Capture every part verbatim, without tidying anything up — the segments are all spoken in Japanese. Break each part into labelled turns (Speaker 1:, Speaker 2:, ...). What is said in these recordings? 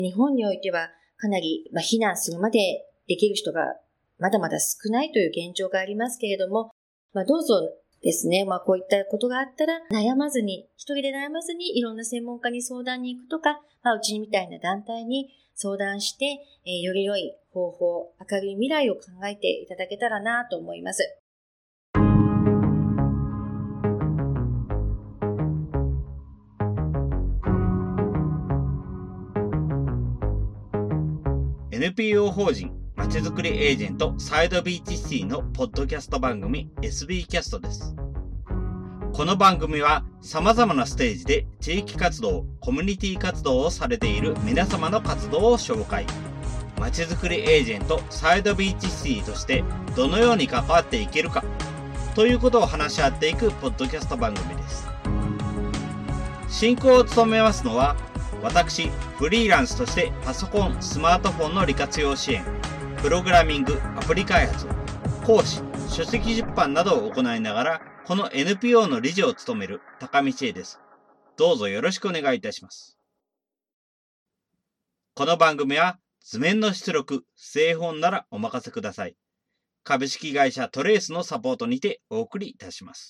Speaker 1: 日本においてはかなり、まあ、避難するまでできる人がまだまだ少ないという現状がありますけれども、まあ、どうぞですね、まあ、こういったことがあったら悩まずに、一人で悩まずにいろんな専門家に相談に行くとか、まあ、うちみたいな団体に相談して、えー、より良い方法、明るい未来を考えていただけたらなと思います。
Speaker 2: エヌピーオー 法人まちづくりエージェントサイドビーチシティのポッドキャスト番組 エスビー キャストです。この番組は様々なステージで地域活動、コミュニティ活動をされている皆様の活動を紹介。まちづくりエージェントサイドビーチシティとしてどのように関わっていけるかということを話し合っていくポッドキャスト番組です。進行を務めますのは私、フリーランスとしてパソコン、スマートフォンの利活用支援、プログラミング、アプリ開発、講師、書籍出版などを行いながら、この エヌピーオー の理事を務める高道恵です。どうぞよろしくお願いいたします。この番組は図面の出力、製本ならお任せください。株式会社トレースのサポートにてお送りいたします。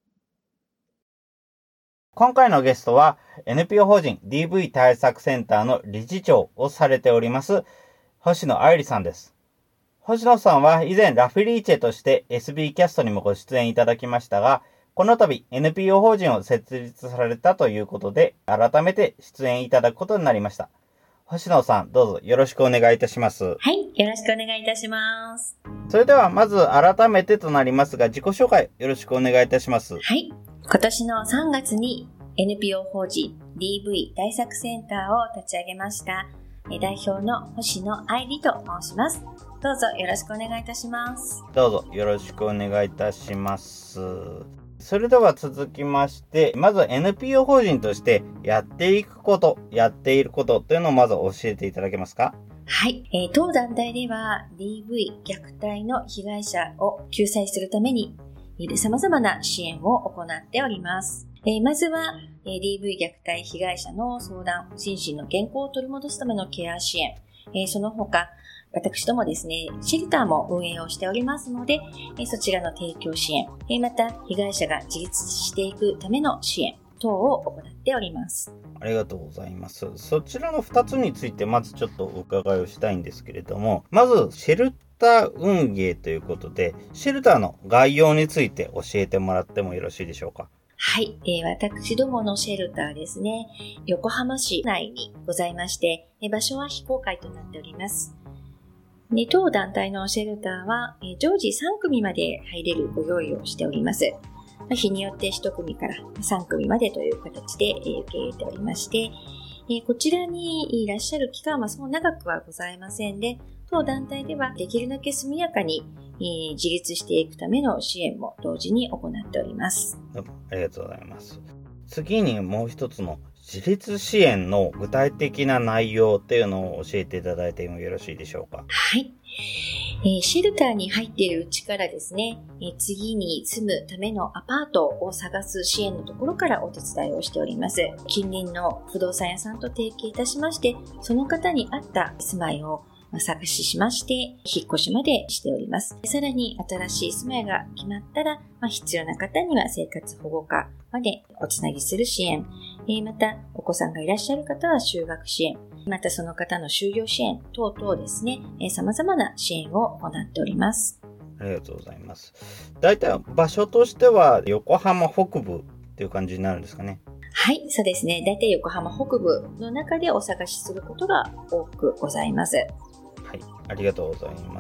Speaker 2: 今回のゲストは エヌピーオー 法人 ディーブイ 対策センターの理事長をされております星野愛理さんです。星野さんは以前ラフィリーチェとして エスビー キャストにもご出演いただきましたが、この度 エヌピーオー 法人を設立されたということで改めて出演いただくことになりました。星野さん、どうぞよろしくお願いいたします。
Speaker 1: はい、よろしくお願いいたします。
Speaker 2: それではまず改めてとなりますが、自己紹介よろしくお願いいたします。
Speaker 1: はい、今年のさんがつに エヌピーオー 法人 ディーブイ 対策センターを立ち上げました代表の星野愛理と申します。どうぞよろしくお願いいたします。
Speaker 2: どうぞよろしくお願いいたします。それでは続きまして、まず エヌピーオー 法人としてやっていくこと、やっていることというのをまず教えていただけますか？
Speaker 1: はい、えー、当団体では ディーブイ 虐待の被害者を救済するために様々な支援を行っております。えー、まずは、えー、ディーブイ 虐待被害者の相談、心身の健康を取り戻すためのケア支援、えー、その他、私どもですね、シェルターも運営をしておりますので、えー、そちらの提供支援、えー、また被害者が自立していくための支援等を行っております。
Speaker 2: ありがとうございます。そちらのふたつについてまずちょっとお伺いをしたいんですけれども、まずシェルター運営ということで、シェルターの概要について教えてもらってもよろしいでしょうか？
Speaker 1: はい、えー、私どものシェルターですね、横浜市内にございまして、えー、場所は非公開となっております。で、当団体のシェルターは、えー、常時さんくみまで入れるご用意をしております。日によっていちくみからさんくみまでという形で、えー、受け入れておりまして、えー、こちらにいらっしゃる期間はそう長くはございませんで、当団体ではできるだけ速やかに自立していくための支援も同時に行っております。
Speaker 2: ありがとうございます。次にもう一つの自立支援の具体的な内容っていうのを教えていただいてもよろしいでしょうか？
Speaker 1: はい。えー、シェルターに入っているうちからですね、えー、次に住むためのアパートを探す支援のところからお手伝いをしております。近隣の不動産屋さんと提携いたしまして、その方に合った住まいを探ししまして、引っ越しまでしております。さらに新しい住まいが決まったら、まあ、必要な方には生活保護課までおつなぎする支援、えー、またお子さんがいらっしゃる方は就学支援、またその方の就業支援等々ですね、えー、様々な支援を行っております。
Speaker 2: ありがとうございます。だいたい場所としては横浜北部っていう感じになるんですかね？
Speaker 1: はい、そうですね。だいたい横浜北部の中でお探しすることが多くございます。
Speaker 2: はい、ありがとうございます。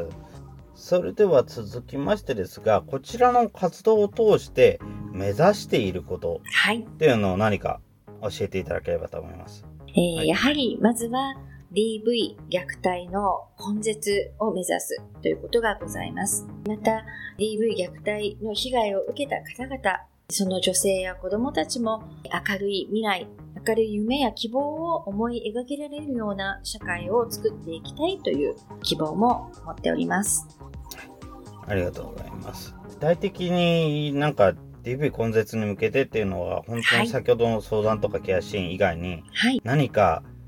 Speaker 2: それでは続きましてですが、こちらの活動を通して目指していることっていうのを何か教えていただければと思います。
Speaker 1: えーはい、やはりまずは ディーブイ 虐待の根絶を目指すということがございます。また ディーブイ 虐待の被害を受けた方々、その女性や子どもたちも明るい未来、明るい夢や希望を思い描けられるような社会を作っていきたいという希望も持っております。
Speaker 2: ありがとうございます。具体的になんか ディーブイ 根絶に向けてっていうのは本当に先ほどの相談とかケア支援以外に何か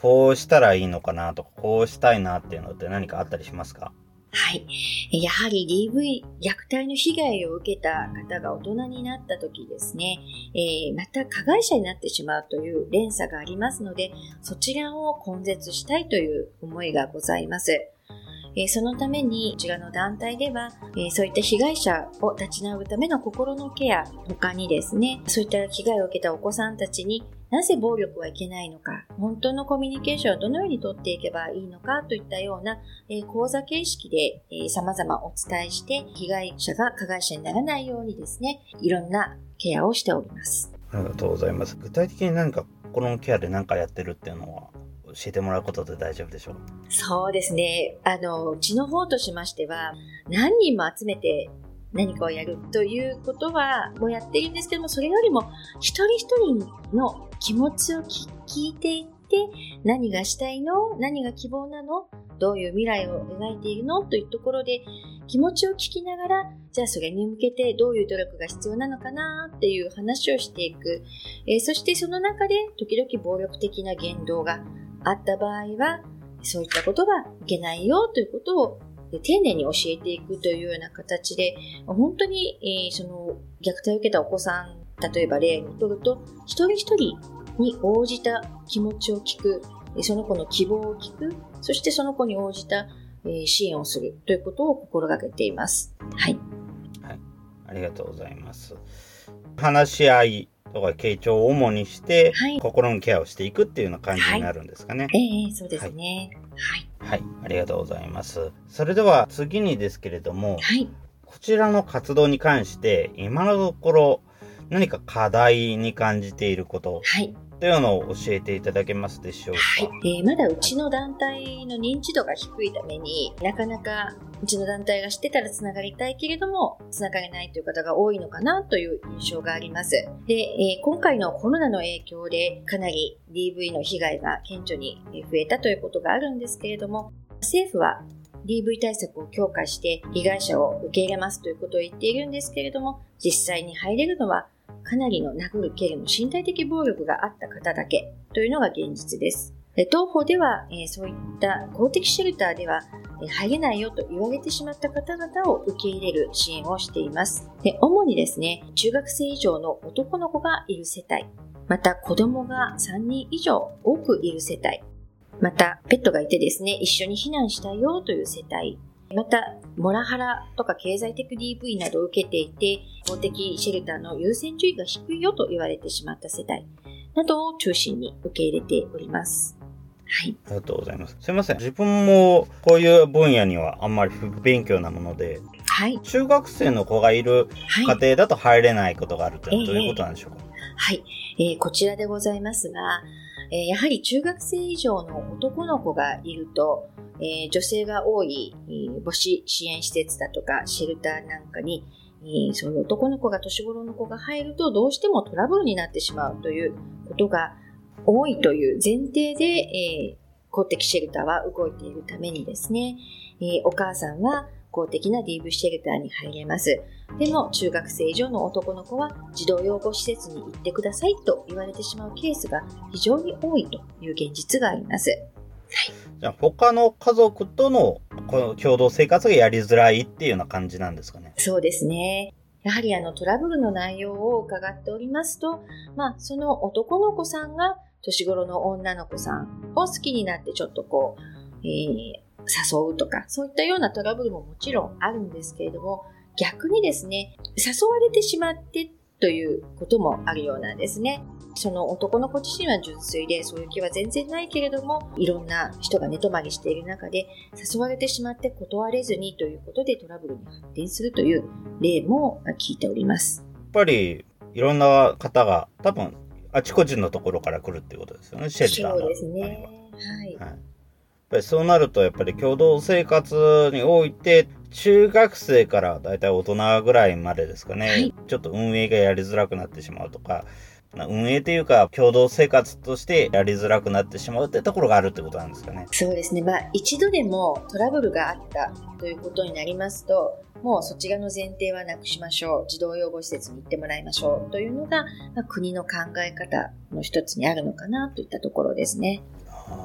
Speaker 2: こうしたらいいのかなとか、こうしたいなっていうのって何かあったりしますか？
Speaker 1: はい。やはり ディーブイ、虐待の被害を受けた方が大人になった時ですね、えー、また加害者になってしまうという連鎖がありますので、そちらを根絶したいという思いがございます。えー、そのために、こちらの団体では、えー、そういった被害者を立ち直るための心のケア、他にですね、そういった被害を受けたお子さんたちに、なぜ暴力はいけないのか、本当のコミュニケーションをどのようにとっていけばいいのかといったような、えー、講座形式で、えー、様々お伝えして、被害者が加害者にならないようにですね、いろんなケアをしております。
Speaker 2: ありがとうございます。具体的に何か心のケアで何かやってるっていうのは教えてもらうことで大丈夫でしょうか？そう
Speaker 1: ですね。あの、うちの方としましては、何人も集めて何かをやるということはもうやっているんですけども、それよりも一人一人の気持ちを聞いていって、何がしたいの？何が希望なの？どういう未来を描いているの？というところで気持ちを聞きながら、じゃあそれに向けてどういう努力が必要なのかなっていう話をしていく。えー、そしてその中で時々暴力的な言動があった場合は、そういったことはいけないよということを丁寧に教えていくというような形で、本当に、えー、その虐待を受けたお子さん、例えば例にとると、一人一人に応じた気持ちを聞く、その子の希望を聞く、そしてその子に応じた支援をするということを心がけています。はい。
Speaker 2: はい。ありがとうございます。話し合いとか傾聴を主にして、はい、心のケアをしていくっていうような感じになるんですかね。
Speaker 1: はい、ええー、そうですね。
Speaker 2: はい。はい。はい。ありがとうございます。それでは次にですけれども、
Speaker 1: はい。
Speaker 2: こちらの活動に関して、今のところ何か課題に感じていること、はい。というのを教えていただけますでしょうか？
Speaker 1: はい。えー、まだうちの団体の認知度が低いために、なかなかうちの団体が知ってたらつながりたいけれども、つながれないという方が多いのかなという印象があります。で、えー、今回のコロナの影響でかなり ディーブイ の被害が顕著に増えたということがあるんですけれども、政府は ディーブイ 対策を強化して被害者を受け入れますということを言っているんですけれども、実際に入れるのはかなりの殴る蹴るの身体的暴力があった方だけというのが現実です。で、当方では、えー、そういった公的シェルターでは、えー、入れないよと言われてしまった方々を受け入れる支援をしています。で、主にですね、中学生以上の男の子がいる世帯、また子供がさんにん以上多くいる世帯、またペットがいてですね、一緒に避難したいよという世帯、また、モラハラとか経済的 ディーブイ などを受けていて、公的シェルターの優先順位が低いよと言われてしまった世帯などを中心に受け入れております。はい。
Speaker 2: ありがとうございます。すいません。自分もこういう分野にはあんまり不勉強なもので、はい。中学生の子がいる家庭だと入れないことがあるというのはどういうことなんでしょうか？
Speaker 1: えー、はい、えー。こちらでございますが、えー、やはり中学生以上の男の子がいると、えー、女性が多い、えー、母子支援施設だとかシェルターなんかに、えー、そういう男の子が年頃の子が入るとどうしてもトラブルになってしまうということが多いという前提で、えー、公的シェルターは動いているためにですね、えー、お母さんは公的な ディーブイ シェルターに入れます。でも中学生以上の男の子は児童養護施設に行ってくださいと言われてしまうケースが非常に多いという現実があります。はい、
Speaker 2: じゃあ他の家族とのこの共同生活がやりづらいっていうような感じなんですかね？
Speaker 1: そうですね。やはりあのトラブルの内容を伺っておりますと、まあその男の子さんが年頃の女の子さんを好きになってちょっとこう、えー、誘うとか、そういったようなトラブルももちろんあるんですけれども、逆にですね、誘われてしまってということもあるようなんですね。その男の子自身は純粋でそういう気は全然ないけれども、いろんな人が寝泊まりしている中で誘われてしまって断れずにということでトラブルに発展するという例も聞いております。
Speaker 2: やっぱりいろんな方が多分あちこちのところから来るっていうことですよね、シェルターの。
Speaker 1: そうですね。はい。はい、
Speaker 2: やっぱりそうなるとやっぱり共同生活において中学生からだいたい大人ぐらいまでですかね、はい、ちょっと運営がやりづらくなってしまうとか、運営というか共同生活としてやりづらくなってしまうってところがあるってことなんですかね？
Speaker 1: そうですね。まあ一度でもトラブルがあったということになりますと、もうそちらの前提はなくしましょう。児童養護施設に行ってもらいましょうというのが、まあ、国の考え方の一つにあるのかなといったところですね。
Speaker 2: あ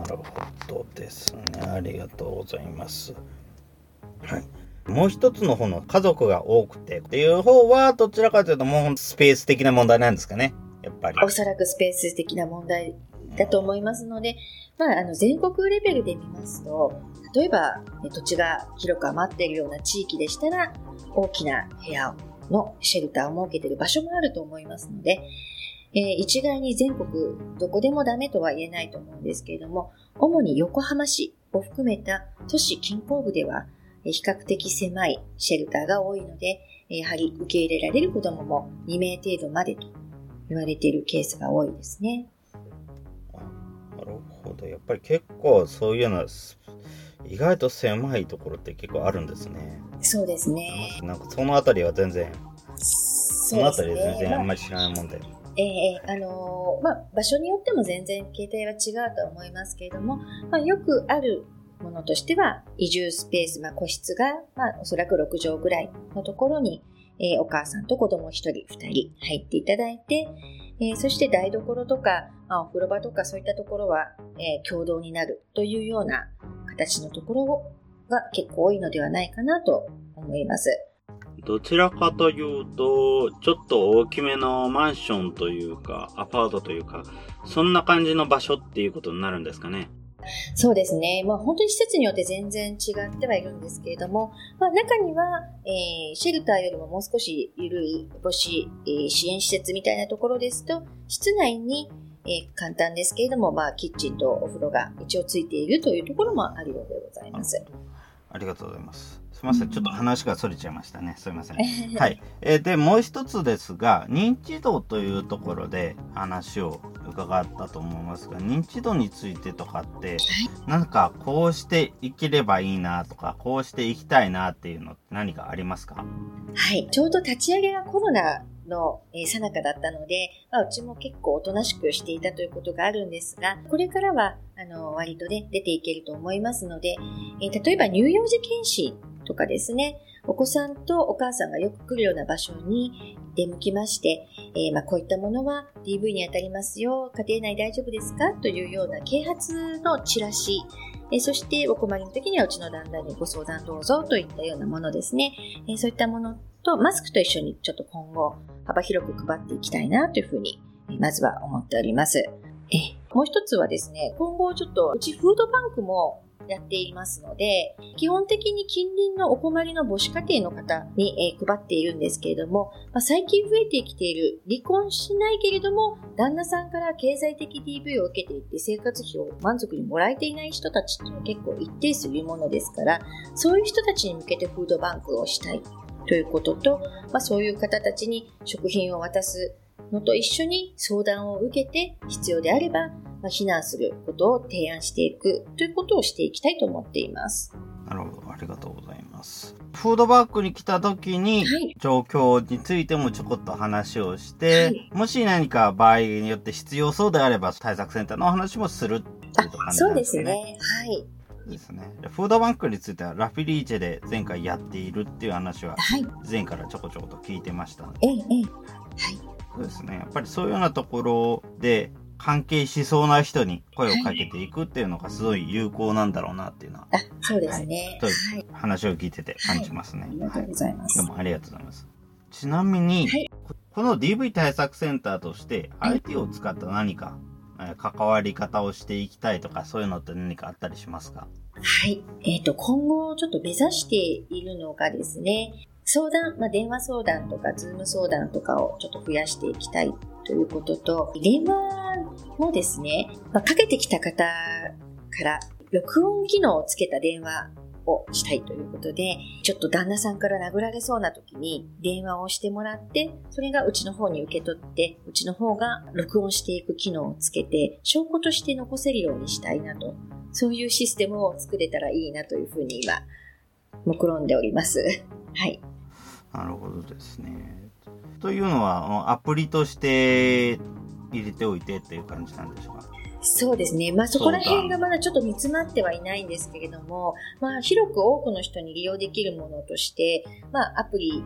Speaker 2: なるほどですね。ありがとうございます。はい。もう一つの方の家族が多くてっていう方はどちらかというともうスペース的な問題なんですかね。やっぱり。
Speaker 1: おそらくスペース的な問題だと思いますので、まあ、あの全国レベルで見ますと、例えば土地が広く余っているような地域でしたら、大きな部屋のシェルターを設けている場所もあると思いますので、えー、一概に全国どこでもダメとは言えないと思うんですけれども、主に横浜市を含めた都市近郊部では比較的狭いシェルターが多いので、やはり受け入れられる子どももにめい程度までと言われているケースが多いですね。
Speaker 2: なるほど。やっぱり結構そういうのは意外と狭いところって結構あるんですね。
Speaker 1: そうですね。
Speaker 2: なんかそのあたりは全然、
Speaker 1: そ
Speaker 2: のあたりは全然あんまり知らないもんで。まあ
Speaker 1: えーあのーまあ、場所によっても全然形態は違うと思いますけれども、まあ、よくあるものとしては移住スペース、まあ、個室が、まあ、おそらくろくじょうぐらいのところに、えー、お母さんと子供ひとりふたり入っていただいて、えー、そして台所とか、まあ、お風呂場とかそういったところは、えー、共同になるというような形のところが結構多いのではないかなと思います。
Speaker 2: どちらかというと、ちょっと大きめのマンションというか、アパートというか、そんな感じの場所っていうことになるんですかね。
Speaker 1: そうですね。まあ本当に施設によって全然違ってはいるんですけれども、まあ中には、えー、シェルターよりももう少し緩い母子、えー、支援施設みたいなところですと、室内に、えー、簡単ですけれども、まあキッチンとお風呂が一応ついているというところもあるようでございます。
Speaker 2: ありがとうございます。すみません、ちょっと話がそれちゃいましたね。すみません。はい。えー、で、もう一つですが、認知度というところで話を伺ったと思いますが、認知度についてとかって、なんかこうしていければいいなとか、こうしていきたいなっていうのって何かありますか？
Speaker 1: はい。ちょうど立ち上げがコロナの最中だったので、まあ、うちも結構おとなしくしていたということがあるんですが、これからはあの割とね出ていけると思いますので、えー、例えば乳幼児検診とかですね、お子さんとお母さんがよく来るような場所に出向きまして、えーまあ、こういったものは ディーブイ に当たりますよ、家庭内大丈夫ですかというような啓発のチラシ、えー、そしてお困りの時にはうちの旦那にご相談どうぞといったようなものですね、えー、そういったものとマスクと一緒にちょっと今後幅広く配っていきたいなというふうにまずは思っております。えもう一つはですね、今後ちょっとうちフードバンクもやっていますので、基本的に近隣のお困りの母子家庭の方に、えー、配っているんですけれども、まあ、最近増えてきている離婚しないけれども旦那さんから経済的 ディーブイ を受けていて生活費を満足にもらえていない人たちっていうのは結構一定数いるものですから、そういう人たちに向けてフードバンクをしたいということと、まあ、そういう方たちに食品を渡すのと一緒に相談を受けて必要であれば、まあ、避難することを提案していくということをしていきたいと思っています。
Speaker 2: なるほど、ありがとうございます。フードバンクに来た時に、はい、状況についてもちょこっと話をして、はい、もし何か場合によって必要そうであれば対策センターのお話もするっていう感じなんですね。
Speaker 1: そうですね。はい。
Speaker 2: ですね。フードバンクについてはラフィリーチェで前回やっているっていう話は前からちょこちょこと聞いてましたので、
Speaker 1: はい、ええ、はい。
Speaker 2: そうですね。やっぱりそういうようなところで関係しそうな人に声をかけていくっていうのがすごい有効なんだろうなっていうのは、
Speaker 1: あ、そうですね。
Speaker 2: はい、そういう話を聞いてて感じますね。はい、
Speaker 1: ありがとうございます。
Speaker 2: はい、どうもありがとうございます。ちなみに、はい、この ディーブイ 対策センターとして アイティー を使った何か、はい、関わり方をしていきたいとかそういうのって何かあったりしますか？
Speaker 1: はい。えっと、今後ちょっと目指しているのがですね、相談、まあ、電話相談とか、ズーム相談とかをちょっと増やしていきたいということと、電話もですね、まあ、かけてきた方から録音機能をつけた電話をしたいということで、ちょっと旦那さんから殴られそうな時に電話をしてもらって、それがうちの方に受け取って、うちの方が録音していく機能をつけて、証拠として残せるようにしたいなと、そういうシステムを作れたらいいなというふうに今、目論んでおります。はい。
Speaker 2: なるほどですね。というのは、アプリとして入れておいてっていう感じなんでしょうか？
Speaker 1: そうですね。まあそこら辺がまだちょっと煮詰まってはいないんですけれども、まあ広く多くの人に利用できるものとして、まあアプリ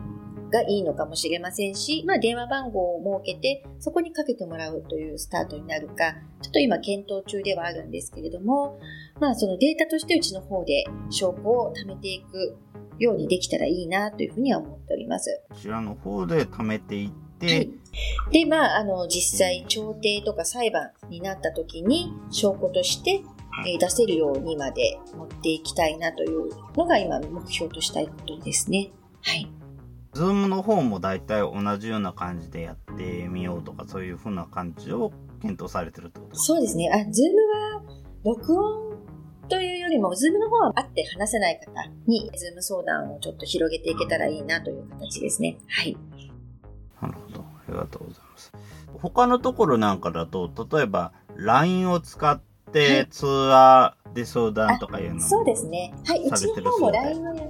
Speaker 1: がいいのかもしれませんし、まあ、電話番号を設けてそこにかけてもらうというスタートになるか、ちょっと今検討中ではあるんですけれども、まあ、そのデータとしてうちの方で証拠を貯めていくようにできたらいいなというふうには思っております。
Speaker 2: こちらの方で貯めていって、
Speaker 1: はい、で、まあ、あの実際調停とか裁判になった時に証拠として出せるようにまで持っていきたいなというのが今目標としたいことですね。はい。
Speaker 2: Zoom の方も大体同じような感じでやってみようとか、そういう風な感じを検討されてるってことですか？
Speaker 1: そうですね。あ、Zoom は録音というよりも Zoom の方は会って話せない方に Zoom 相談をちょっと広げていけたらいいなという形ですね。はい。
Speaker 2: なるほど。ありがとうございます。他のところなんかだと、例えば ライン を使って通話で相談とかいうのも、
Speaker 1: そうですね。はい。うちの方も ライン をやって、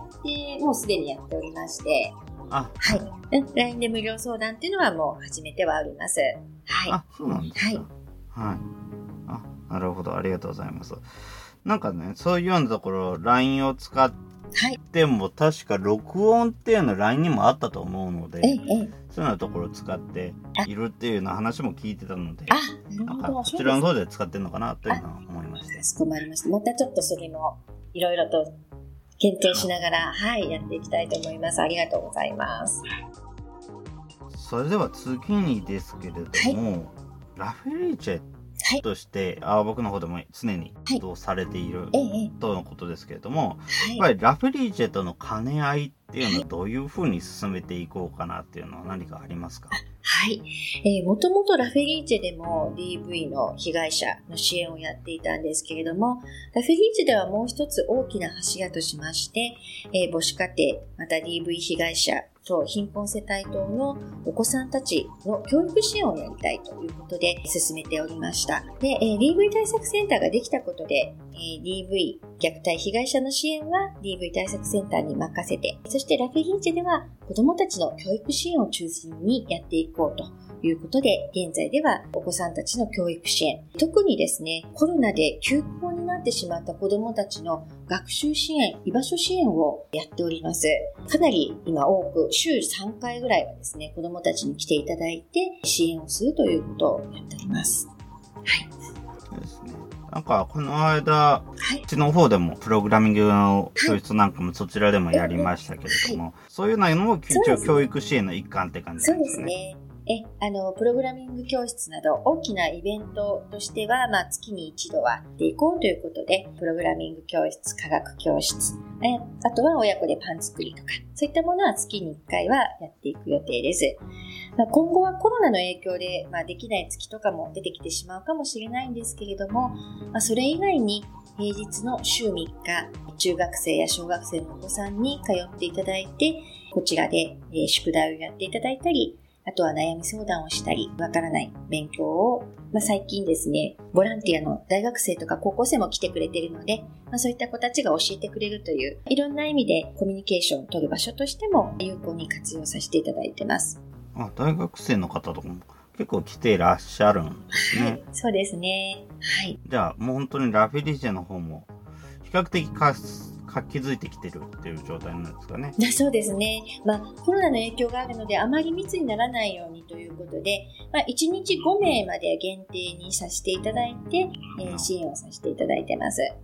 Speaker 1: もうすでにやっておりまして、
Speaker 2: あ、
Speaker 1: はい。ライン で無料相談っていうのはもう始めてはおります。はい。
Speaker 2: あ、そうなんですか。
Speaker 1: はい。
Speaker 2: はい。あ、なるほど。ありがとうございます。なんかね、そういうようなところ、ライン を使っても、はい、確か録音っていうの ライン にもあったと思うので、
Speaker 1: ええ、そういうよ
Speaker 2: うなところを使っているっていうような話も聞いてたので、
Speaker 1: あ、なるほど。
Speaker 2: こちらの方で使ってるのかなというのは思いました。
Speaker 1: かしこまりました。またちょっとそれもいろいろと検討しながら、はい、やっていきたいと思います。ありがとうございます。
Speaker 2: それでは次にですけれども、はい、ラフェリーチェとして、はい、あ僕の方でも常に活動されている、はい、とのことですけれども、はい、やっぱりラフェリーチェとの兼ね合いっていうのはどういうふうに進めていこうかなっていうのは何かありますか？
Speaker 1: はい。えー、もともとラフェリーチェでも ディーブイ の被害者の支援をやっていたんですけれども、ラフェリーチェではもう一つ大きな柱としまして、えー、母子家庭、また ディーブイ 被害者と貧困世帯等のお子さんたちの教育支援をやりたいということで進めておりました。で、えー、ディーブイ 対策センターができたことで、えー、ディーブイ 虐待被害者の支援は ディーブイ 対策センターに任せて、そしてラフェリーチェでは子どもたちの教育支援を中心にやっていこうということで、現在ではお子さんたちの教育支援、特にですね、コロナで休校になってしまった子どもたちの学習支援、居場所支援をやっております。かなり今多く、週さんかいぐらいはですね、子どもたちに来ていただいて支援をするということをやっております。はい。
Speaker 2: そうですね。なんかこの間、はい、うちの方でもプログラミングの教室なんかもそちらでもやりましたけれども、はい、そういうのも一応教育支援の一環って感じなんですね。そうですね。
Speaker 1: えあのプログラミング教室など大きなイベントとしては、まあ、月に一度はやっていこうということで、プログラミング教室、科学教室、えあとは親子でパン作りとか、そういったものは月にいっかいはやっていく予定です。まあ、今後はコロナの影響で、まあ、できない月とかも出てきてしまうかもしれないんですけれども、まあ、それ以外に平日の週みっか、中学生や小学生のお子さんに通っていただいて、こちらで、えー、宿題をやっていただいたり、あとは悩み相談をしたり、わからない勉強を、まあ、最近ですね、ボランティアの大学生とか高校生も来てくれているので、まあ、そういった子たちが教えてくれるという、いろんな意味でコミュニケーションを取る場所としても有効に活用させていただいてます。
Speaker 2: あ、大学生の方とかも結構来ていらっしゃるんですね。はい、
Speaker 1: そうですね。はい。
Speaker 2: じゃあ、もう本当にラフェリーチェの方も比較的活気づいてきてるっていう状態なんですかね。
Speaker 1: そうですね。まあ、コロナの影響があるので、あまり密にならないようにということで、まあ、いちにちごめいまで限定にさせていただいて、えー、支援をさせていただいてます。はい、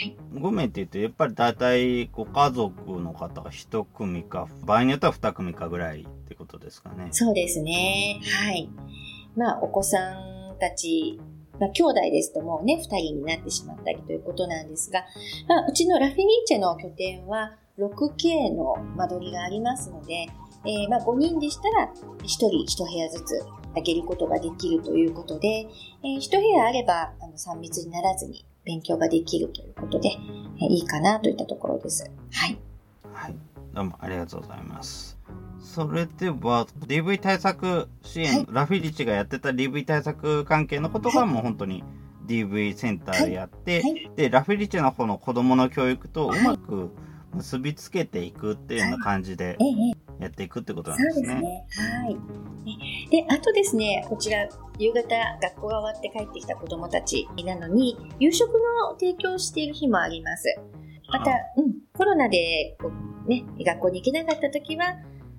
Speaker 2: ごめいって言うと、やっぱり大体ご家族の方がひとくみか、場合によってはにくみかぐらいってことですかね。
Speaker 1: そうですね。はい。まあ、お子さんたち、まあ、兄弟ですともうね、ふたりになってしまったりということなんですが、まあ、うちのラフェリーチェの拠点は ろくケー の間取りがありますので、えー、まあごにんでしたらひとりいち部屋ずつあげることができるということで、えー、いち部屋あればあのさん密にならずに勉強ができるということで、えー、いいかなといったところです。はい。
Speaker 2: はい。どうもありがとうございます。それでは ディーブイ 対策支援、はい、ラフェリッチがやってた ディーブイ 対策関係のことがもう本当に ディーブイ センターでやって、はいはい、でラフェリッチの方の子どもの教育とうまく結びつけていくっていうような感じでやっていくってことなんですね。
Speaker 1: そうですね。はい。で、あとですね、こちら夕方学校が終わって帰ってきた子どもたちなのに夕食の提供をしている日もあります。また、うん、コロナでこう、ね、学校に行けなかった時は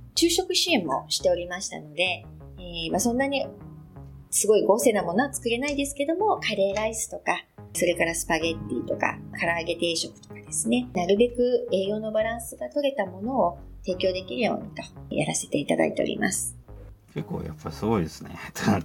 Speaker 1: 昼食支援もしておりましたので、えー、まあそんなにすごい豪勢なものは作れないですけども、カレーライスとか、それからスパゲッティとか、唐揚げ定食とかですね、なるべく栄養のバランスが取れたものを提供できるようにとやらせていただいております。
Speaker 2: 結構やっぱすごいですね。
Speaker 1: はい。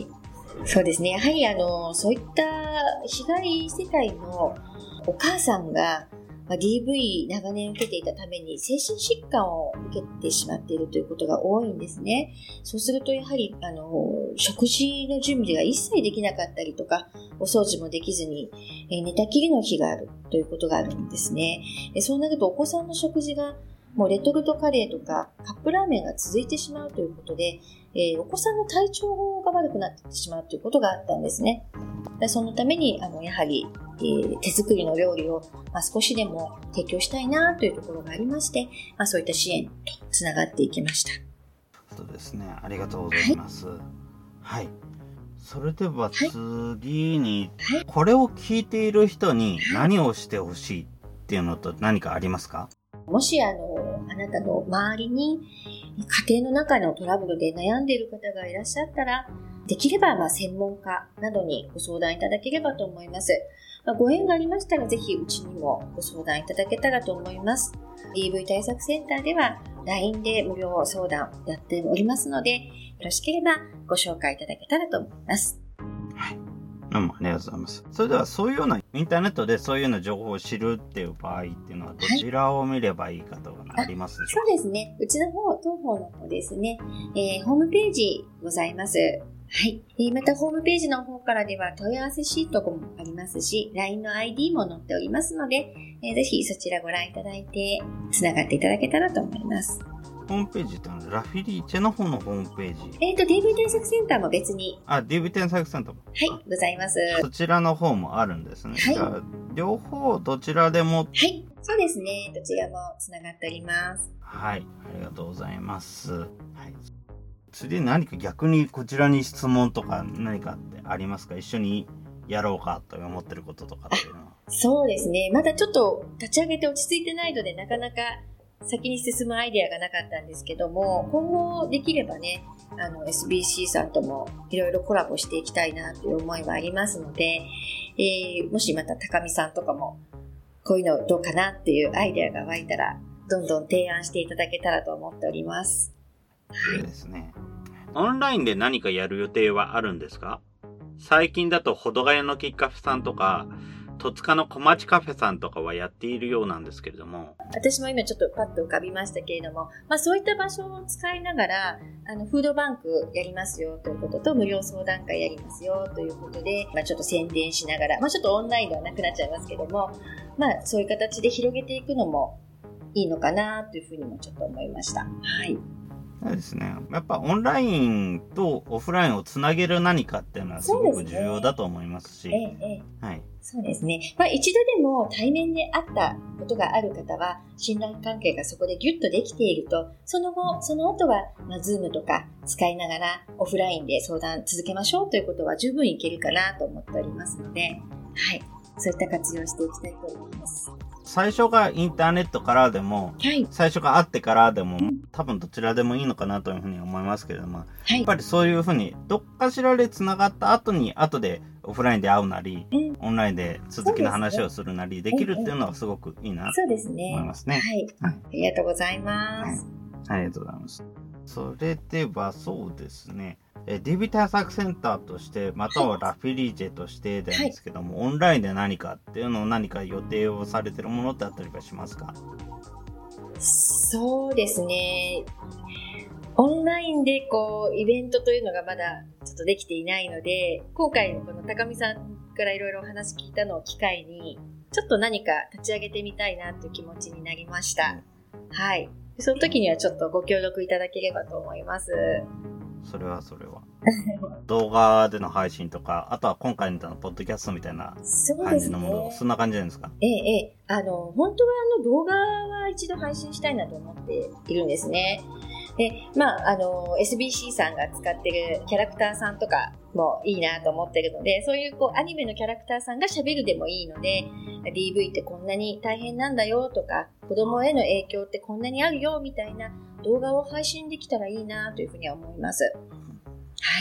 Speaker 1: そうですね。やはりあの、そういった被害世帯のお母さんが、まあ、ディーブイ 長年受けていたために精神疾患を受けてしまっているということが多いんですね。そうするとやはりあの食事の準備が一切できなかったりとか、お掃除もできずに、えー、寝たきりの日があるということがあるんですね。でそうなるとお子さんの食事がもうレトルトカレーとかカップラーメンが続いてしまうということで、えー、お子さんの体調が悪くなってしまうということがあったんですね。でそのためにあのやはり、えー、手作りの料理を、まあ、少しでも提供したいなというところがありまして、まあ、そういった支援とつながっていきました。
Speaker 2: そうですね。ありがとうございます。はい。はい、それでは次に、はい、これを聞いている人に何をしてほしいっていうのと何かありますか？
Speaker 1: もしあのあなたの周りに家庭の中のトラブルで悩んでいる方がいらっしゃったら、できればまあ専門家などにご相談いただければと思います。まあ、ご縁がありましたらぜひうちにもご相談いただけたらと思います。ディーブイ 対策センターでは ライン で無料相談やっておりますので、よろしければご紹介いただけたらと思います。
Speaker 2: はい。どうもありがとうございます。それではそういうようなインターネットでそういうような情報を知るっていう場合っていうのはどちらを見ればいいかとかありますでしょうか？
Speaker 1: そうですね。うちの方、当方の方ですね、えー、ホームページございます。はい。またホームページの方からでは問い合わせシートもありますし、ライン の アイディー も載っておりますので、えー、ぜひそちらご覧いただいて、つながっていただけたらと思います。
Speaker 2: ホームページってのはラフィリーチェの方のホームページ。
Speaker 1: えっと、ディーブイ 対策センターも別に。
Speaker 2: あ、ディーブイ 対策センターも。
Speaker 1: はい、ございます。
Speaker 2: そちらの方もあるんですね。はい。じゃあ、両方どちらでも。
Speaker 1: はい、そうですね。どちらもつながっております。
Speaker 2: はい、ありがとうございます。はい。次何か逆にこちらに質問とか何かってありますか？一緒にやろうかと思ってることとかっていうのは。
Speaker 1: そうですね。まだちょっと立ち上げて落ち着いてないので、なかなか先に進むアイデアがなかったんですけども、今後できればね、あの エスビーシー さんともいろいろコラボしていきたいなという思いはありますので、えー、もしまた高見さんとかもこういうのどうかなっていうアイデアが湧いたら、どんどん提案していただけたらと思っております。
Speaker 2: そうですね。オンラインで何かやる予定はあるんですか？最近だとほどがやのきっかふさんとか、戸塚の小町カフェさんとかはやっているようなんですけれども、
Speaker 1: 私も今ちょっとパッと浮かびましたけれども、まあそういった場所を使いながら、あのフードバンクやりますよということと、無料相談会やりますよということで、まあちょっと宣伝しながら、まあちょっとオンラインではなくなっちゃいますけども、まあそういう形で広げていくのもいいのかなというふうにもちょっと思いました。はい。
Speaker 2: そうですね。やっぱオンラインとオフラインをつなげる何かっていうのはすごく重要だと思いますし。
Speaker 1: ええええ、
Speaker 2: はい。
Speaker 1: そうですね。まあ一度でも対面で会ったことがある方は、信頼関係がそこでギュッとできていると、その後、その後は、まあ、Zoom とか使いながらオフラインで相談続けましょうということは十分いけるかなと思っておりますので、はい。そういった活用していきたいと思います。
Speaker 2: 最初がインターネットからでも、はい、最初が会ってからでも、多分どちらでもいいのかなというふうに思いますけれども、はい、やっぱりそういうふうにどっかしらで繋がった後に後でオフラインで会うなり、うん、オンラインで続きの話をするなりできるっていうのはすごくいいなと思いますね。
Speaker 1: はい、はい。ありがとうございます。
Speaker 2: はい、ありがとうございます。それではそうですね。ディーブイ 対策センターとして、またはラフィリーチェとしてなんですけども、はい、オンラインで何かっていうのを何か予定をされているものってあったりはしますか？
Speaker 1: そうですね。オンラインでこうイベントというのがまだちょっとできていないので、今回のこの高見さんからいろいろお話聞いたのを機会に、ちょっと何か立ち上げてみたいなという気持ちになりました。うん、はい。その時にはちょっとご協力いただければと思います。
Speaker 2: それはそれは。動画での配信とか、あとは今回みたいなポッドキャストみたいな感じのもの、 そ,、ね、そんな感じなんですか？
Speaker 1: ええ、ええ。あの、本当はあの動画は一度配信したいなと思っているんですね。 で、まあ、あの、エスビーシー さんが使ってるキャラクターさんとかもいいなと思ってるので、そういうこうアニメのキャラクターさんが喋るでもいいので、ディーブイ ってこんなに大変なんだよとか、子供への影響ってこんなにあるよみたいな動画を配信できたらいいなというふうには思います。はい。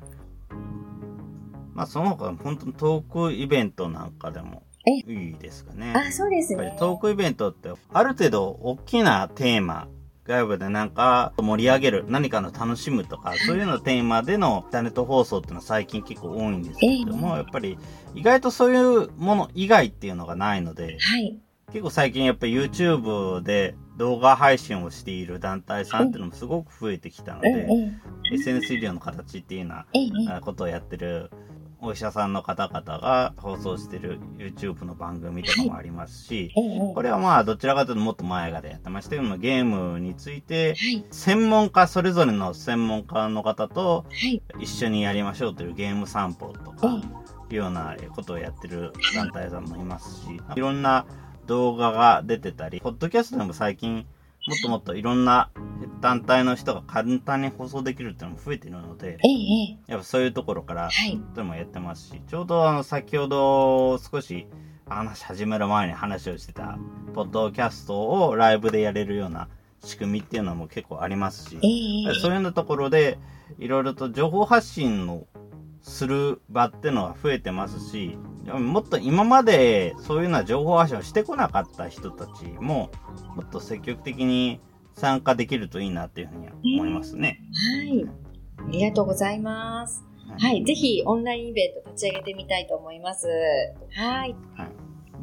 Speaker 2: まあ、その他、本当にトークイベントなんかでもいいですかね。
Speaker 1: あ、そうですね。
Speaker 2: トークイベントって、ある程度大きなテーマ、外部でなんか盛り上げる、何かの楽しむとか、そういうのテーマでのインターネット放送っていうのは最近結構多いんですけれども、やっぱり意外とそういうもの以外っていうのがないので、
Speaker 1: はい、
Speaker 2: 結構最近やっぱり YouTube で動画配信をしている団体さんっていうのもすごく増えてきたので、エスエヌエス 医療の形っていうようなことをやってるお医者さんの方々が放送してる YouTube の番組とかもありますし、はい、これはまあどちらかというともっと前からやってましたけども、ゲームについて専門家、それぞれの専門家の方と一緒にやりましょうというゲーム散歩とかいうようなことをやってる団体さんもいますし、いろんな動画が出てたり、ポッドキャストでも最近もっともっといろんな団体の人が簡単に放送できるっていうのも増えているので、
Speaker 1: ええ、
Speaker 2: やっぱそういうところからでもやってますし、はい、ちょうどあの先ほど少し話し始める前に話をしてたポッドキャストをライブでやれるような仕組みっていうのも結構ありますし、ええ、そういうようなところでいろいろと情報発信のする場っていうのは増えてますし、もっと今までそういうような情報発信をしてこなかった人たちももっと積極的に参加できるといいなっていうふうに思いますね。
Speaker 1: はい。ありがとうございます。はい。はい、ぜひオンラインイベント立ち上げてみたいと思います。はい。
Speaker 2: はい、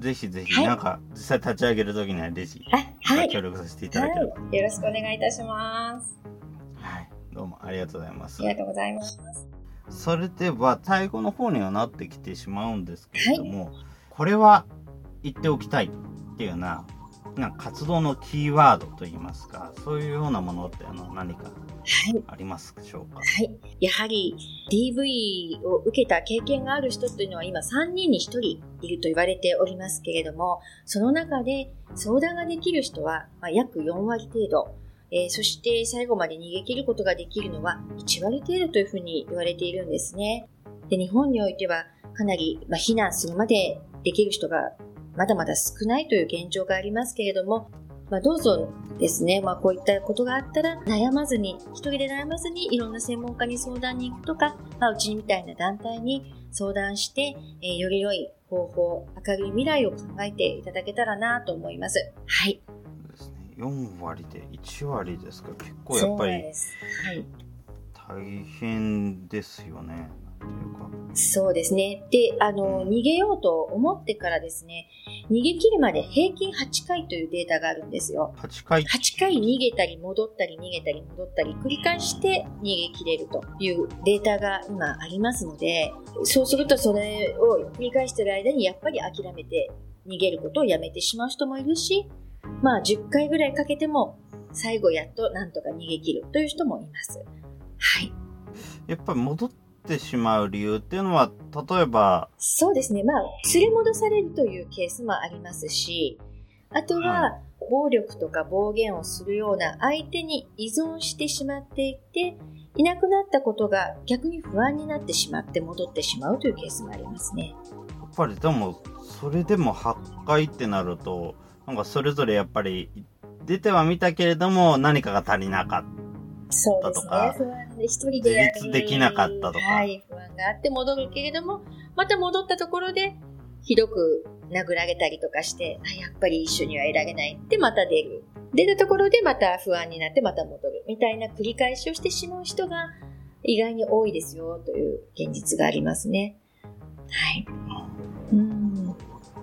Speaker 2: ぜひぜひ、はい、なんか実際立ち上げるときにはぜひ、はい、協力させていただければ、
Speaker 1: はい。よろしくお願いいたします。
Speaker 2: はい。どうもありがとうございます。
Speaker 1: ありがとうございます。
Speaker 2: それでは最後の方にはなってきてしまうんですけれども、はい、これは言っておきたいっていうような、なんか活動のキーワードといいますか、そういうようなものってあの何かありますでしょうか。
Speaker 1: はい、はい、やはり ディーブイ を受けた経験がある人というのは今さんにんにひとりいると言われておりますけれども、その中で相談ができる人はまあ約よんわり程度、えー、そして最後まで逃げ切ることができるのはいちわり程度というふうに言われているんですね。で、日本においてはかなり、まあ、避難するまでできる人がまだまだ少ないという現状がありますけれども、まあ、どうぞですね、まあ、こういったことがあったら悩まずに、一人で悩まずにいろんな専門家に相談に行くとか、まあ、うちみたいな団体に相談して、えー、より良い方法、明るい未来を考えていただけたらなと思います。はい。
Speaker 2: よんわりでいちわりですか。結構やっぱり大変ですよね。
Speaker 1: そうですね。で、あの、逃げようと思ってからですね、逃げ切るまで平均はちかいというデータがあるんですよ。
Speaker 2: はちかい ?はちかい
Speaker 1: 逃げたり戻ったり逃げたり戻ったり繰り返して逃げ切れるというデータが今ありますので、そうするとそれを繰り返している間にやっぱり諦めて逃げることをやめてしまう人もいるし、まあじゅっかいぐらいかけても最後やっとなんとか逃げ切るという人もいます。はい。
Speaker 2: やっぱり戻ってしまう理由っていうのは、例えば
Speaker 1: そうですね。まあ連れ戻されるというケースもありますし、あとは、はい、暴力とか暴言をするような相手に依存してしまっていて、いなくなったことが逆に不安になってしまって戻ってしまうというケースもありますね。
Speaker 2: やっぱりでもそれでもはちかいってなると、なんかそれぞれやっぱり出てはみたけれども何かが足りなかったとか、
Speaker 1: そうですね、不安で一人でやる
Speaker 2: 自立できなかったとか、
Speaker 1: はい、不安があって戻るけれども、また戻ったところでひどく殴られたりとかして、あ、やっぱり一緒にはいられないってまた出る。出たところでまた不安になってまた戻るみたいな繰り返しをしてしまう人が意外に多いですよという現実がありますね。はい。うん。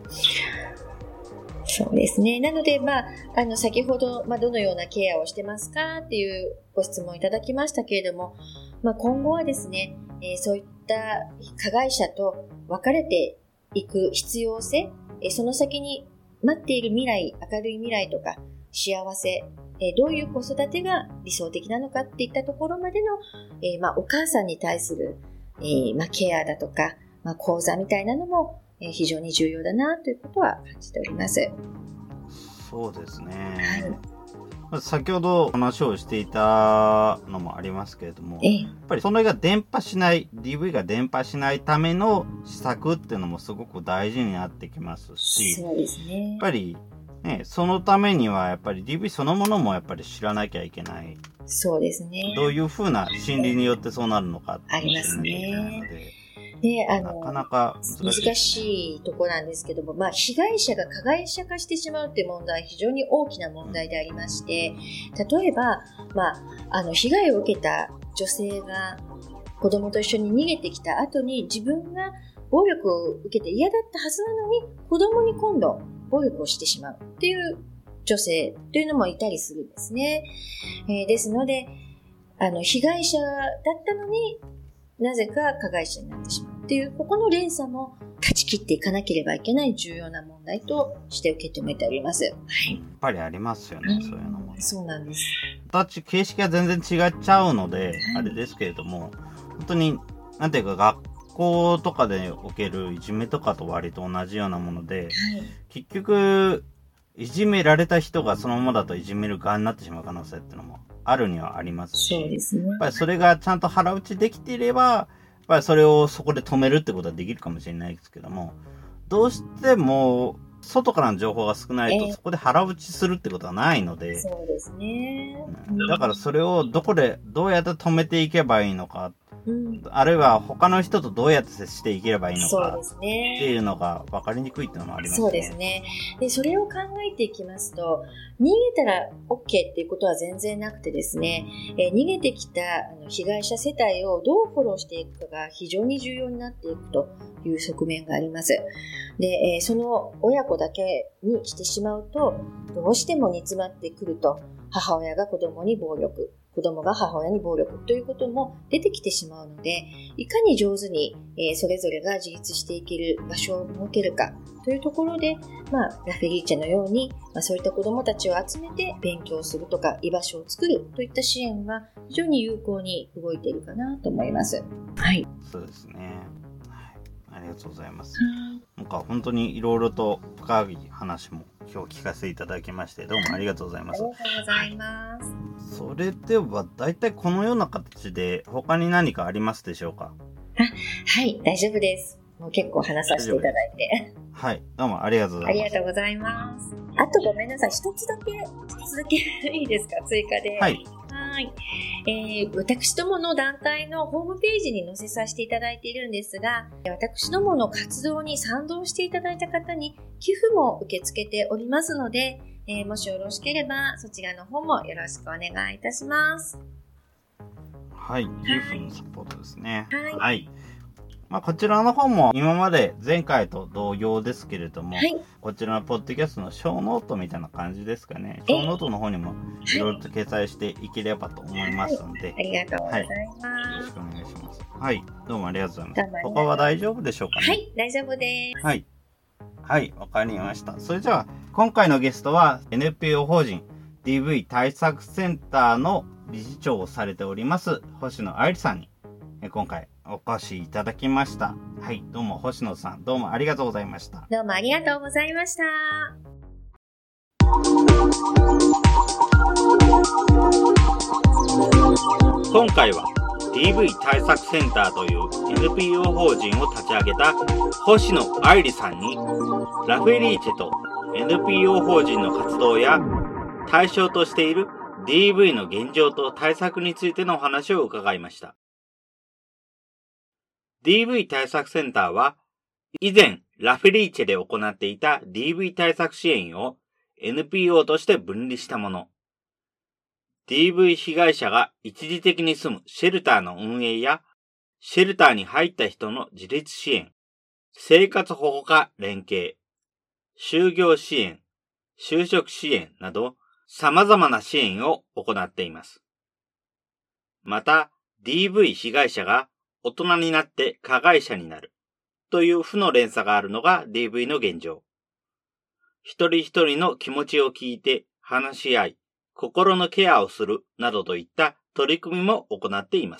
Speaker 1: そうですね。なので、まあ、あの、先ほど、まあ、どのようなケアをしてますかっていうご質問いただきましたけれども、まあ、今後はですね、えー、そういった加害者と別れていく必要性、えー、その先に待っている未来、明るい未来とか幸せ、えー、どういう子育てが理想的なのかっていったところまでの、えー、まあ、お母さんに対する、えー、まあ、ケアだとか、まあ、講座みたいなのも非常に重要だなということは感じております。
Speaker 2: そうですね。 先ほど話をしていたのもありますけれども、
Speaker 1: ええ、
Speaker 2: やっぱりそれが伝播しない、ディーブイ が伝播しないための施策っていうのもすごく大事になってきますし、
Speaker 1: そうですね。
Speaker 2: やっぱりね、そのためにはやっぱり ディーブイ そのものもやっぱり知らなきゃいけない。
Speaker 1: そうですね。
Speaker 2: どういうふうな心理によってそうなるのかって
Speaker 1: あります
Speaker 2: 知らなきゃいけないの
Speaker 1: ね。
Speaker 2: で、
Speaker 1: で、あの、
Speaker 2: なかなか難しい、
Speaker 1: 難しいところなんですけども、まあ、被害者が加害者化してしまうという問題は非常に大きな問題でありまして、例えば、まあ、あの、被害を受けた女性が子供と一緒に逃げてきた後に自分が暴力を受けて嫌だったはずなのに、子供に今度暴力をしてしまうっていう女性というのもいたりするんですね。えー、ですので、あの、被害者だったのになぜか加害者になってしまうっていう、ここの連鎖も断ち切っていかなければいけない重要な問題として受け止めております。はい。
Speaker 2: やっぱりありますよね、うん、そういうのも、ね。
Speaker 1: そうなんです。
Speaker 2: 形、形式が全然違っちゃうので、あれですけれども、本当に、なんていうか、学校とかでおけるいじめとかと割と同じようなもので、はい、結局、いじめられた人がそのままだといじめる側になってしまう可能性っていうのもあるにはありますし、
Speaker 1: そうですね。
Speaker 2: やっぱりそれがちゃんと腹打ちできていれば、やっぱりそれをそこで止めるってことはできるかもしれないですけども、どうしても外からの情報が少ないとそこで腹打ちするってことはないので、
Speaker 1: えー、そうですね、
Speaker 2: うん。だからそれをどこでどうやって止めていけばいいのか、うん、あるいは他の人とどうやって接していければいいのかっていうのが分かりにくいっていうのもありますね。
Speaker 1: そうですね。で、それを考えていきますと、逃げたら OK っていうことは全然なくてですね、えー、逃げてきたあの被害者世帯をどうフォローしていくかが非常に重要になっていくという側面があります。で、えー、その親子だけにしてしまうと、どうしても煮詰まってくると、母親が子供に暴力、子供が母親に暴力ということも出てきてしまうので、いかに上手に、えー、それぞれが自立していける場所を設けるかというところで、まあ、ラフェリーチェのように、まあ、そういった子供たちを集めて勉強するとか居場所を作るといった支援は非常に有効に動いているかなと思います。はい。
Speaker 2: そうですね。ありがとうございます。なんか本当にいろいろと深い話も今日聞かせていただきまして、どうもありがとうございます。
Speaker 1: ありがとうございます。
Speaker 2: それでは大体このような形で他に何かありますでしょうか？
Speaker 1: あ、はい、大丈夫です。もう結構話させていただいて。
Speaker 2: はい、どうもありがとうございます。
Speaker 1: ありがとうございます。あとごめんなさい、一つだけ、一つだけいいですか、追加で。
Speaker 2: はい。
Speaker 1: はい、えー。私どもの団体のホームページに載せさせていただいているんですが、私どもの活動に賛同していただいた方に寄付も受け付けておりますので、えー、もしよろしければそちらの方もよろしくお願いいたします。
Speaker 2: はい、寄付のサポートですね。
Speaker 1: はい。
Speaker 2: はい。まあ、こちらの方も今まで前回と同様ですけれども、はい、こちらのポッドキャストの小ノートみたいな感じですかね。小ノートの方にもいろいろと掲載していければと思いますので、
Speaker 1: はい、ありがとうございます、
Speaker 2: はい。よろしくお願いします。はい。どうもありがとうございます。他は大丈夫でしょうかね。
Speaker 1: はい、大丈夫です。
Speaker 2: はい。はい、わかりました。それじゃあ、今回のゲストは エヌピーオー 法人 ディーブイ 対策センターの理事長をされております、星野愛理さんに、今回お越しいただきました。はい、どうも星野さん、どうもありがとうございました。
Speaker 1: どうもありがとうございました。
Speaker 2: 今回は ディーブイ 対策センターという エヌピーオー 法人を立ち上げた星野愛理さんに、ラフェリーチェと エヌピーオー 法人の活動や対象としている ディーブイ の現状と対策についてのお話を伺いました。ディーブイ 対策センターは、以前ラフェリーチェで行っていた ディーブイ 対策支援を エヌピーオー として分離したもの。ディーブイ 被害者が一時的に住むシェルターの運営や、シェルターに入った人の自立支援、生活保護課連携、就業支援、就職支援など様々な支援を行っています。また、ディーブイ 被害者が大人になって加害者になるという負の連鎖があるのが ディーブイ の現状。一人一人の気持ちを聞いて話し合い、心のケアをするなどといった取り組みも行っています。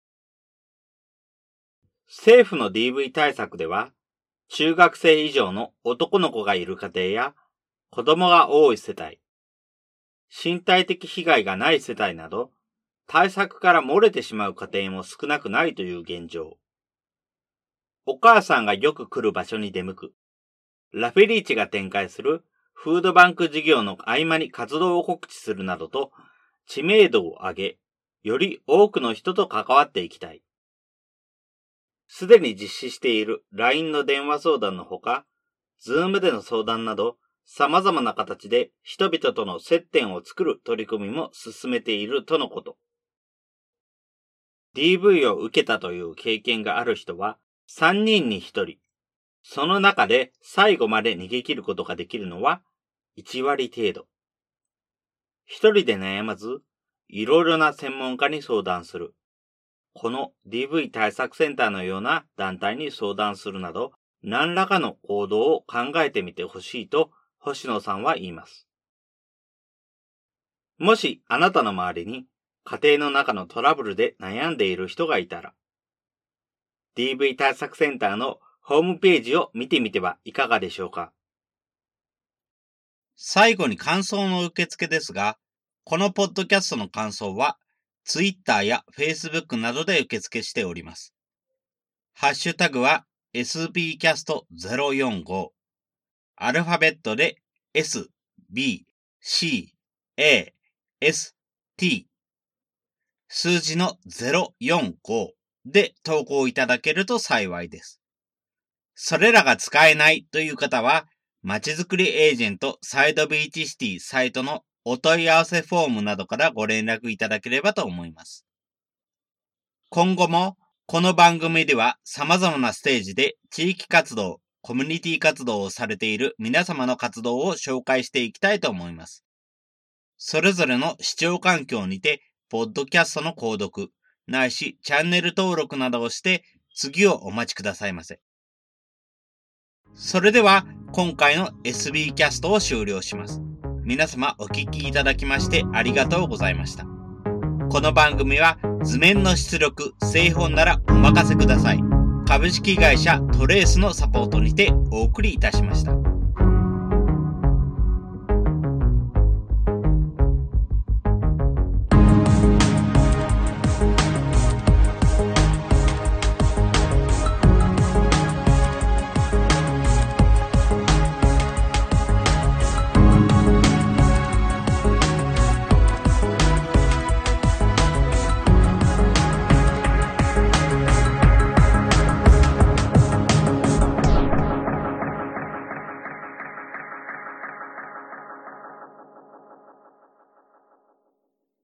Speaker 2: 政府の ディーブイ 対策では、中学生以上の男の子がいる家庭や子供が多い世帯、 身体的被害がない世帯など、対策から漏れてしまう家庭も少なくないという現状。お母さんがよく来る場所に出向く。ラフェリーチが展開するフードバンク事業の合間に活動を告知するなどと知名度を上げ、より多くの人と関わっていきたい。すでに実施している ライン の電話相談のほか、Zoom での相談など様々な形で人々との接点を作る取り組みも進めているとのこと。ディーブイ を受けたという経験がある人はさんにんにひとり。その中で最後まで逃げ切ることができるのはいちわり程度。一人で悩まず、いろいろな専門家に相談する。この ディーブイ 対策センターのような団体に相談するなど、何らかの行動を考えてみてほしいと星野さんは言います。もしあなたの周りに家庭の中のトラブルで悩んでいる人がいたら、ディーブイ 対策センターのホームページを見てみてはいかがでしょうか。最後に感想の受付ですが、このポッドキャストの感想は Twitter や Facebook などで受付しております。ハッシュタグは エスビーキャストゼロよんご、アルファベットで エス、ビー、シー、エー、エス、ティー、数字のゼロよんごで投稿いただけると幸いです。それらが使えないという方は、まちづくりエージェントサイドビーチシティサイトのお問い合わせフォームなどからご連絡いただければと思います。今後もこの番組では様々なステージで地域活動、コミュニティ活動をされている皆様の活動を紹介していきたいと思います。それぞれの視聴環境にて、ポッドキャストの購読、ないしチャンネル登録などをして次をお待ちくださいませ。それでは今回の エスビー キャストを終了します。皆様お聞きいただきましてありがとうございました。この番組は図面の出力、製本ならお任せください。株式会社トレースのサポートにてお送りいたしました。